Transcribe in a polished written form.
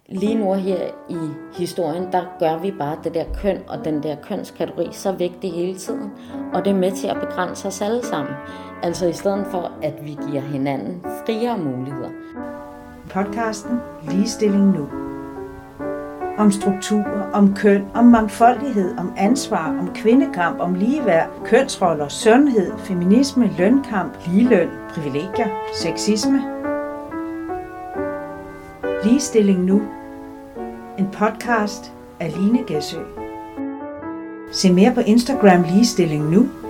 lige nu her i historien, der gør vi bare det der køn og den der kønskategori så vigtig hele tiden, og det er med til at begrænse os alle sammen. Altså i stedet for, at vi giver hinanden friere muligheder. Podcasten Ligestilling Nu. Om strukturer, om køn, om mangfoldighed, om ansvar, om kvindekamp, om ligeværd, kønsroller, sundhed, feminisme, lønkamp, ligeløn, privilegier, sexisme. Ligestilling Nu. En podcast af Line Gæsø. Se mere på Instagram Ligestilling Nu